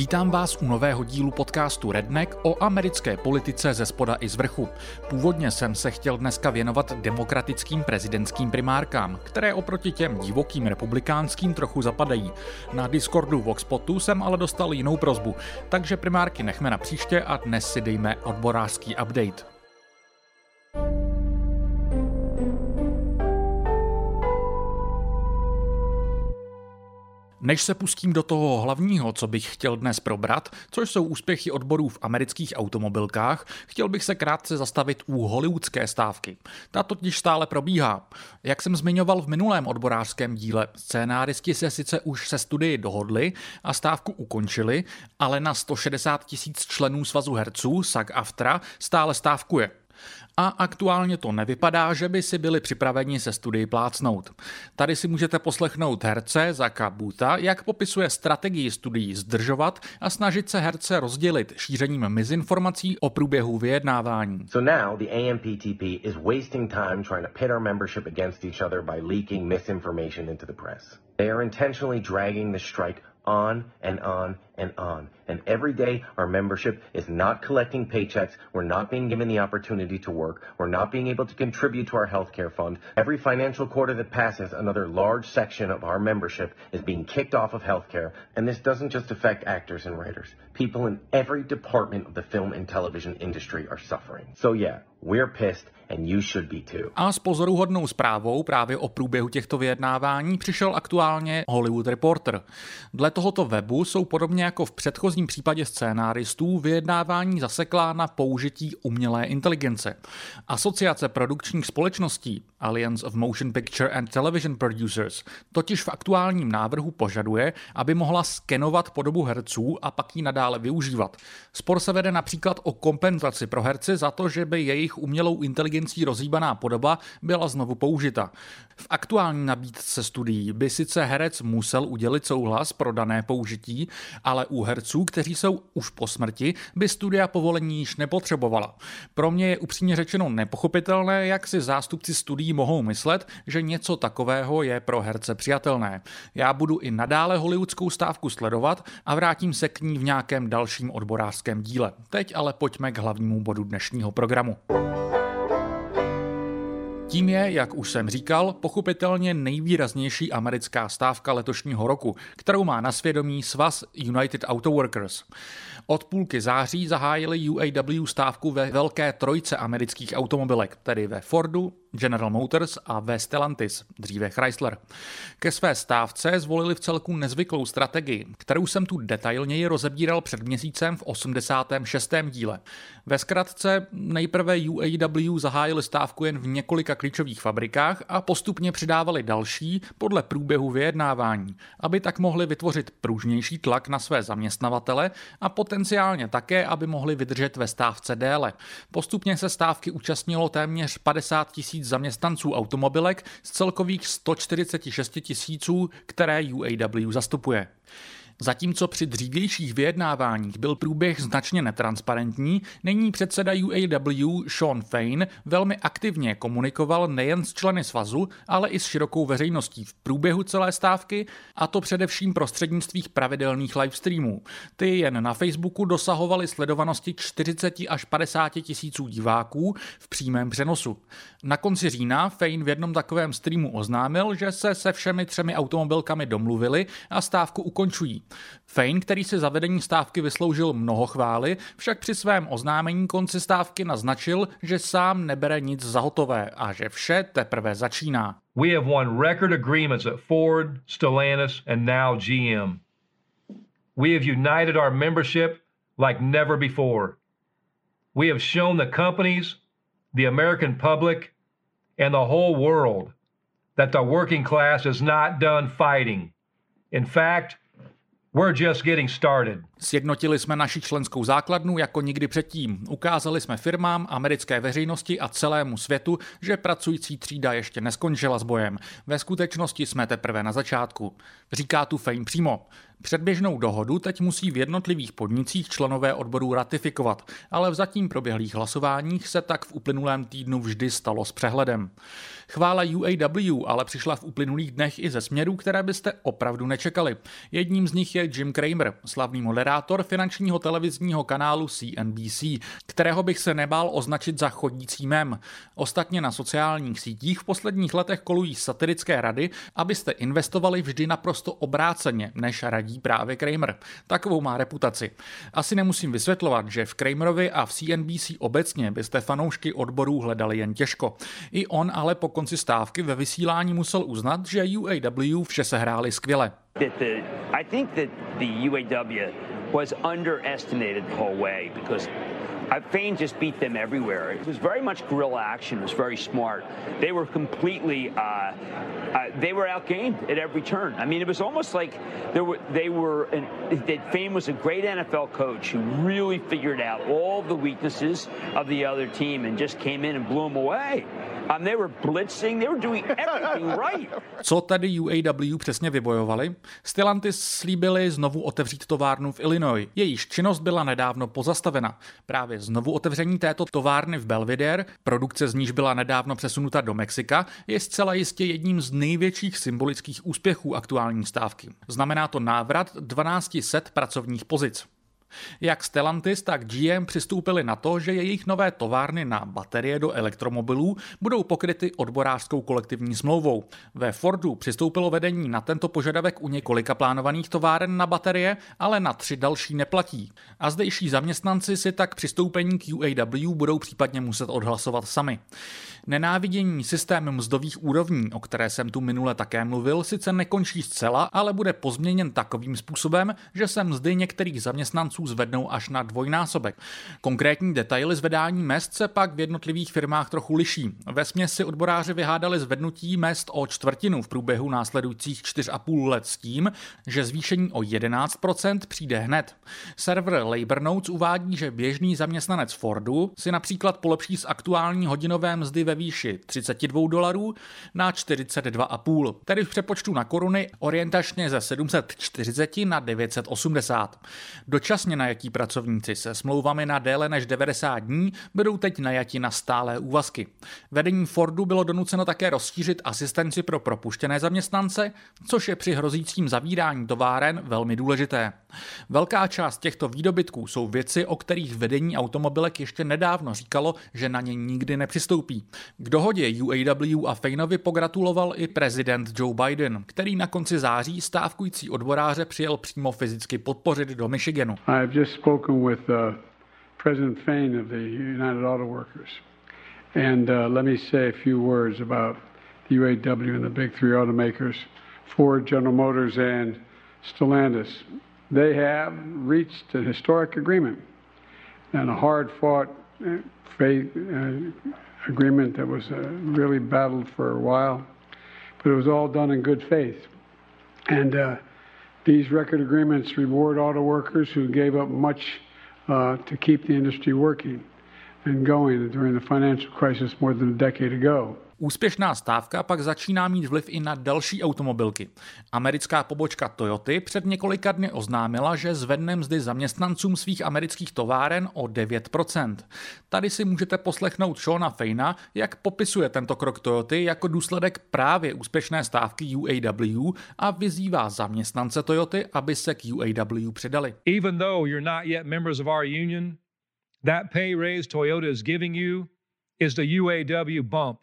Vítám vás u nového dílu podcastu Redneck o americké politice ze spoda i z vrchu. Původně jsem se chtěl dneska věnovat demokratickým prezidentským primárkám, které oproti těm divokým republikánským trochu zapadají. Na Discordu Voxpotu jsem ale dostal jinou prosbu, takže primárky nechme na příště a dnes si dejme odborářský update. Než se pustím do toho hlavního, co bych chtěl dnes probrat, což jsou úspěchy odborů v amerických automobilkách, chtěl bych se krátce zastavit u hollywoodské stávky. Ta totiž stále probíhá. Jak jsem zmiňoval v minulém odborářském díle, scénáristi se sice už se studii dohodli a stávku ukončili, ale na 160 000 členů svazu herců SAG-AFTRA stále stávkuje. A aktuálně to nevypadá, že by si byli připraveni se studii plácnout. Tady si můžete poslechnout herce Zacka Bootha, jak popisuje strategii studií zdržovat a snažit se herce rozdělit šířením mizinformací o průběhu vyjednávání. So now the AMPTP is wasting time trying to pit our membership against each other by leaking misinformation into the press. They are intentionally dragging the strike on and on and on. And every day our membership is not collecting paychecks, we're not being given the opportunity to work, we're not being able to contribute to our healthcare fund. Every financial quarter that passes, another large section of our membership is being kicked off of healthcare. And this doesn't just affect actors and writers. People in every department of the film and television industry are suffering. So yeah, we're pissed and you should be too. A s pozoruhodnou zprávou právě o průběhu těchto vyjednávání přišel aktuálně Hollywood Reporter. Dle tohoto webu jsou podobně jako v předchozím případě scénáristů vyjednávání zaseklá na použití umělé inteligence. Asociace produkčních společností Alliance of Motion Picture and Television Producers totiž v aktuálním návrhu požaduje, aby mohla skenovat podobu herců a pak ji nadále využívat. Spor se vede například o kompenzaci pro herce za to, že by jejich umělou inteligencí rozhýbaná podoba byla znovu použita. V aktuální nabídce studií by sice herec musel udělit souhlas pro dané použití, ale u herců, kteří jsou už po smrti, by studia povolení již nepotřebovala. Pro mě je upřímně řečeno nepochopitelné, jak si zástupci studií mohou myslet, že něco takového je pro herce přijatelné. Já budu i nadále hollywoodskou stávku sledovat a vrátím se k ní v nějakém dalším odborářském díle. Teď ale pojďme k hlavnímu bodu dnešního programu. Tím je, jak už jsem říkal, pochopitelně nejvýraznější americká stávka letošního roku, kterou má na svědomí svaz United Auto Workers. Od půlky září zahájili UAW stávku ve velké trojce amerických automobilek, tedy ve Fordu, General Motors a ve Stellantis, dříve Chrysler. Ke své stávce zvolili v celku nezvyklou strategii, kterou jsem tu detailněji rozebíral před měsícem v 86. díle. Ve zkratce nejprve UAW zahájili stávku jen v několika klíčových fabrikách a postupně přidávali další podle průběhu vyjednávání, aby tak mohli vytvořit pružnější tlak na své zaměstnavatele a potenciálně také, aby mohli vydržet ve stávce déle. Postupně se stávky účastnilo téměř 50 000 zaměstnanců automobilek z celkových 146 000, které UAW zastupuje. Zatímco při dřívějších vyjednáváních byl průběh značně netransparentní, nyní předseda UAW Shawn Fain velmi aktivně komunikoval nejen s členy svazu, ale i s širokou veřejností v průběhu celé stávky, a to především prostřednictvím pravidelných livestreamů. Ty jen na Facebooku dosahovaly sledovanosti 40 až 50 tisíců diváků v přímém přenosu. Na konci října Fain v jednom takovém streamu oznámil, že se všemi 3 automobilkami domluvili a stávku ukončují. Fain, který si za vedení stávky vysloužil mnoho chvály, však při svém oznámení konci stávky naznačil, že sám nebere nic za hotové a že vše teprve začíná. We have won record agreements at Ford, Stellantis and now GM. We have united our membership like never before. We have shown the companies, the American public and the whole world that the working class is not done fighting. In fact, we're just getting started. Sjednotili jsme naši členskou základnu jako nikdy předtím. Ukázali jsme firmám, americké veřejnosti a celému světu, že pracující třída ještě neskončila s bojem. Ve skutečnosti jsme teprve na začátku. Říká tu Fain přímo. Předběžnou dohodu teď musí v jednotlivých podnicích členové odborů ratifikovat, ale v zatím proběhlých hlasováních se tak v uplynulém týdnu vždy stalo s přehledem. Chvála UAW ale přišla v uplynulých dnech i ze směrů, které byste opravdu nečekali. Jedním z nich je Jim Cramer, slavný moderátor finančního televizního kanálu CNBC, kterého bych se nebál označit za chodící mem. Ostatně na sociálních sítích v posledních letech kolují satirické rady, abyste investovali vždy naprosto obráceně, než radí právě Cramer. Takovou má reputaci. Asi nemusím vysvětlovat, že v Cramerovi a v CNBC obecně byste fanoušky odborů hledali jen těžko. I on ale po konci stávky ve vysílání musel uznat, že UAW vše sehráli skvěle. I think that the UAW was underestimated the whole way because Fein just beat them everywhere. It was very much guerrilla action. It was very smart. They were completely, they were outgained at every turn. I mean, it was almost like that Fein was a great NFL coach who really figured out all the weaknesses of the other team and just came in and blew them away. They were blitzing, they were doing everything right. Co tady UAW přesně vybojovali? Stellantis slíbili znovu otevřít továrnu v Illinois. Jejíž činnost byla nedávno pozastavena. Právě znovu otevření této továrny v Belvidere, produkce z níž byla nedávno přesunuta do Mexika, je zcela jistě jedním z největších symbolických úspěchů aktuální stávky. Znamená to návrat 1200 pracovních pozic. Jak Stellantis, tak GM přistoupili na to, že jejich nové továrny na baterie do elektromobilů budou pokryty odborářskou kolektivní smlouvou. Ve Fordu přistoupilo vedení na tento požadavek u několika plánovaných továren na baterie, ale na 3 další neplatí. A zdejší zaměstnanci si tak přistoupení k UAW budou případně muset odhlasovat sami. Nenávidění systému mzdových úrovní, o které jsem tu minule také mluvil, sice nekončí zcela, ale bude pozměněn takovým způsobem, že se mzdy některých zaměstnanců zvednou až na 2násobek. Konkrétní detaily zvedání mezd se pak v jednotlivých firmách trochu liší. Vesměs si odboráři vyhádali zvednutí mezd o 1/4 v průběhu následujících 4,5 let s tím, že zvýšení o 11% přijde hned. Server Labor Notes uvádí, že běžný zaměstnanec Fordu si například polepší z aktuální hodinové mzdy ve výši $32 na 42,5, tedy v přepočtu na koruny orientačně ze 740 na 980. Dočasně najatí pracovníci se smlouvami na déle než 90 dní budou teď najati na stálé úvazky. Vedení Fordu bylo donuceno také rozšířit asistenci pro propuštěné zaměstnance, což je při hrozícím zavírání továren velmi důležité. Velká část těchto výdobytků jsou věci, o kterých vedení automobilek ještě nedávno říkalo, že na ně nikdy nepřistoupí. K dohodě UAW a Feinovi pogratuloval i prezident Joe Biden, který na konci září stávkující odboráře přijel přímo fyzicky podpořit do Michiganu. I have just spoken with President Fein of the United Auto Workers. And let me say a few words about the UAW and the big 3 automakers, Ford, General Motors and Stellantis. They have reached a historic agreement and a hard-fought agreement that was really battled for a while, but it was all done in good faith. And these record agreements reward auto workers who gave up much to keep the industry working and going during the financial crisis more than a decade ago. Úspěšná stávka pak začíná mít vliv i na další automobilky. Americká pobočka Toyoty před několika dny oznámila, že zvedne mzdy zaměstnancům svých amerických továren o 9%. Tady si můžete poslechnout Seana Feina, jak popisuje tento krok Toyoty jako důsledek právě úspěšné stávky UAW a vyzývá zaměstnance Toyoty, aby se k UAW přidali. Even though you're not yet members of our union, that pay raise Toyota is giving you is the UAW bump.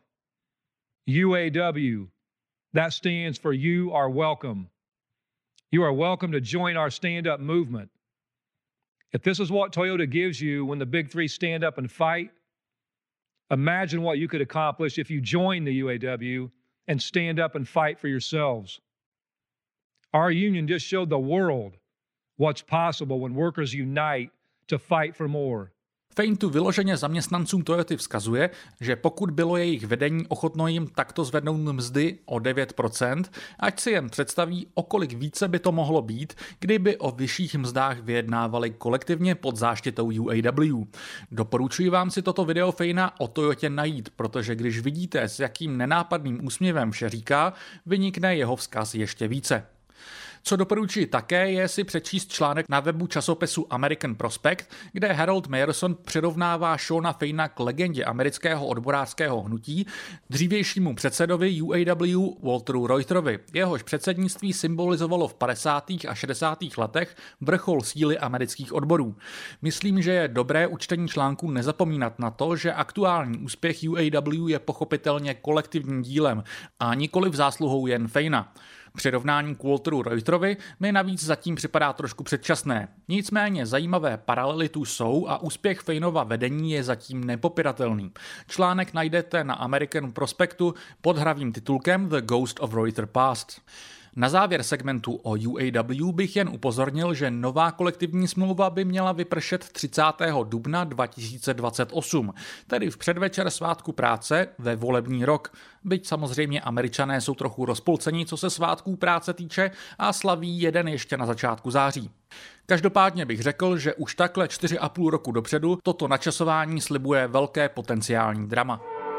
UAW, that stands for you are welcome. You are welcome to join our stand-up movement. If this is what Toyota gives you when the big 3 stand up and fight, imagine what you could accomplish if you join the UAW and stand up and fight for yourselves. Our union just showed the world what's possible when workers unite to fight for more. Fein tu vyloženě zaměstnancům Toyoty vzkazuje, že pokud bylo jejich vedení ochotno jim takto zvednout mzdy o 9%, ať si jen představí, o kolik více by to mohlo být, kdyby o vyšších mzdách vyjednávali kolektivně pod záštitou UAW. Doporučuji vám si toto video Feina o Toyotě najít, protože když vidíte, s jakým nenápadným úsměvem vše říká, vynikne jeho vzkaz ještě více. Co doporučuji také, je si přečíst článek na webu časopisu American Prospect, kde Harold Meyerson přirovnává Seana Faina k legendě amerického odborářského hnutí, dřívějšímu předsedovi UAW Walteru Reuterovi. Jehož předsednictví symbolizovalo v 50. a 60. letech vrchol síly amerických odborů. Myslím, že je dobré u čtení článku nezapomínat na to, že aktuální úspěch UAW je pochopitelně kolektivním dílem a nikoliv zásluhou jen Faina. Přirovnání k Walteru Reuterovi mi navíc zatím připadá trošku předčasné. Nicméně zajímavé paralely tu jsou a úspěch Fainova vedení je zatím nepopiratelný. Článek najdete na American Prospectu pod hravým titulkem The Ghost of Reuter Past. Na závěr segmentu o UAW bych jen upozornil, že nová kolektivní smlouva by měla vypršet 30. dubna 2028, tedy v předvečer svátku práce ve volební rok. Byť samozřejmě Američané jsou trochu rozpolcení, co se svátků práce týče, a slaví jeden ještě na začátku září. Každopádně bych řekl, že už takhle 4,5 roku dopředu toto načasování slibuje velké potenciální drama.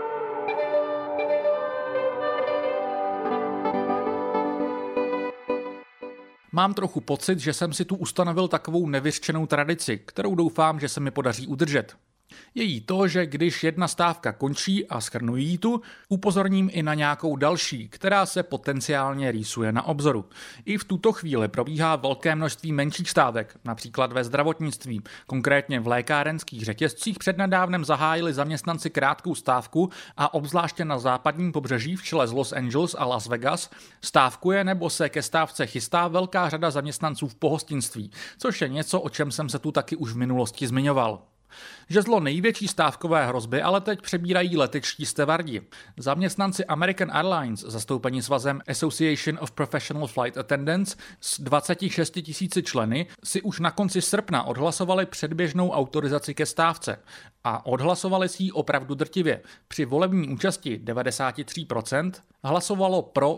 Mám trochu pocit, že jsem si tu ustanovil takovou nevyřčenou tradici, kterou doufám, že se mi podaří udržet. Je jí to, že když jedna stávka končí a shrnuji ji tu, upozorním i na nějakou další, která se potenciálně rýsuje na obzoru. I v tuto chvíli probíhá velké množství menších stávek, například ve zdravotnictví, konkrétně v lékárenských řetězcích přednedávnem zahájili zaměstnanci krátkou stávku a obzvláště na západním pobřeží v čele z Los Angeles a Las Vegas stávkuje nebo se ke stávce chystá velká řada zaměstnanců v pohostinství, což je něco, o čem jsem se tu taky už v minulosti zmiňoval. Žezlo největší stávkové hrozby ale teď přebírají letečtí stevardi. Zaměstnanci American Airlines, zastoupení svazem Association of Professional Flight Attendants s 26 000 členy, si už na konci srpna odhlasovali předběžnou autorizaci ke stávce. A odhlasovali si ji opravdu drtivě. Při volební účasti 93% hlasovalo pro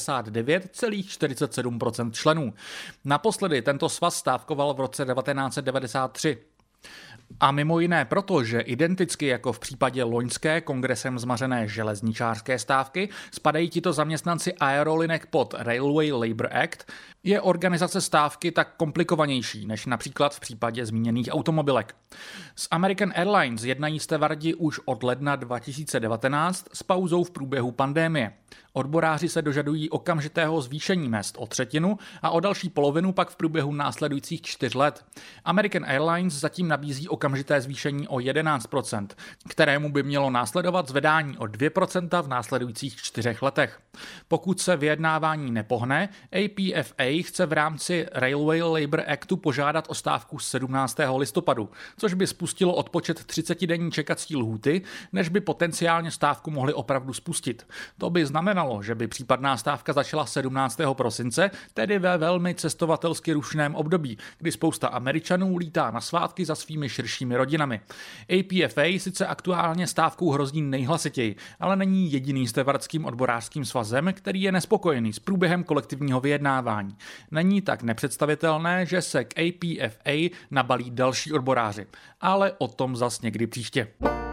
99,47% členů. Naposledy tento svaz stávkoval v roce 1993. A mimo jiné proto, že identicky jako v případě loňské kongresem zmařené železničářské stávky spadají tito zaměstnanci aerolinek pod Railway Labor Act, je organizace stávky tak komplikovanější než například v případě zmíněných automobilek. S American Airlines jednají stevardi už od ledna 2019 s pauzou v průběhu pandémie. Odboráři se dožadují okamžitého zvýšení mezd o 1/3 a o další polovinu pak v průběhu následujících 4 let. American Airlines zatím nabízí okamžité zvýšení o 11%, kterému by mělo následovat zvedání o 2% v následujících 4 letech. Pokud se vyjednávání nepohne, APFA chce v rámci Railway Labor Actu požádat o stávku 17. listopadu, což by spustilo odpočet 30denní čekací lhůty, než by potenciálně stávku mohli opravdu spustit. To by znamenalo, že by případná stávka začala 17. prosince, tedy ve velmi cestovatelsky rušném období, kdy spousta Američanů lítá na svátky za svými širšími rodinami. APFA sice aktuálně stávkou hrozí nejhlasitěji, ale není jediný stevardským odborářským svazem, který je nespokojený s průběhem kolektivního vyjednávání. Není tak nepředstavitelné, že se k APFA nabalí další odboráři, ale o tom zas někdy příště.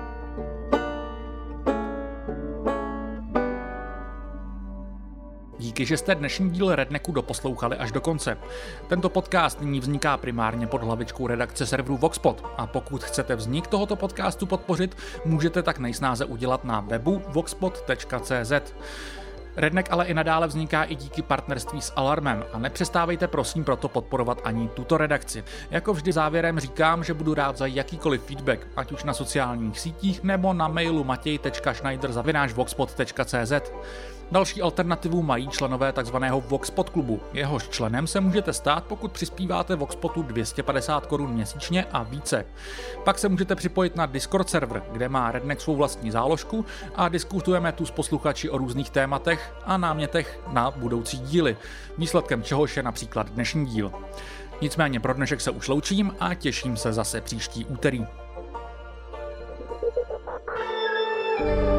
Díky, že jste dnešní díl Rednecku doposlouchali až do konce. Tento podcast nyní vzniká primárně pod hlavičkou redakce serveru Voxpod a pokud chcete vznik tohoto podcastu podpořit, můžete tak nejsnáze udělat na webu voxpod.cz. Redneck ale i nadále vzniká i díky partnerství s Alarmem a nepřestávejte prosím proto podporovat ani tuto redakci. Jako vždy závěrem říkám, že budu rád za jakýkoliv feedback, ať už na sociálních sítích nebo na mailu matej.schneider@voxpod.cz. Další alternativu mají členové tzv. Voxpod klubu. Jehož členem se můžete stát, pokud přispíváte Voxpodu 250 Kč měsíčně a více. Pak se můžete připojit na Discord server, kde má Redneck svou vlastní záložku a diskutujeme tu s posluchači o různých tématech a námětech na budoucí díly, výsledkem čehož je například dnešní díl. Nicméně pro dnešek se už loučím a těším se zase příští úterý.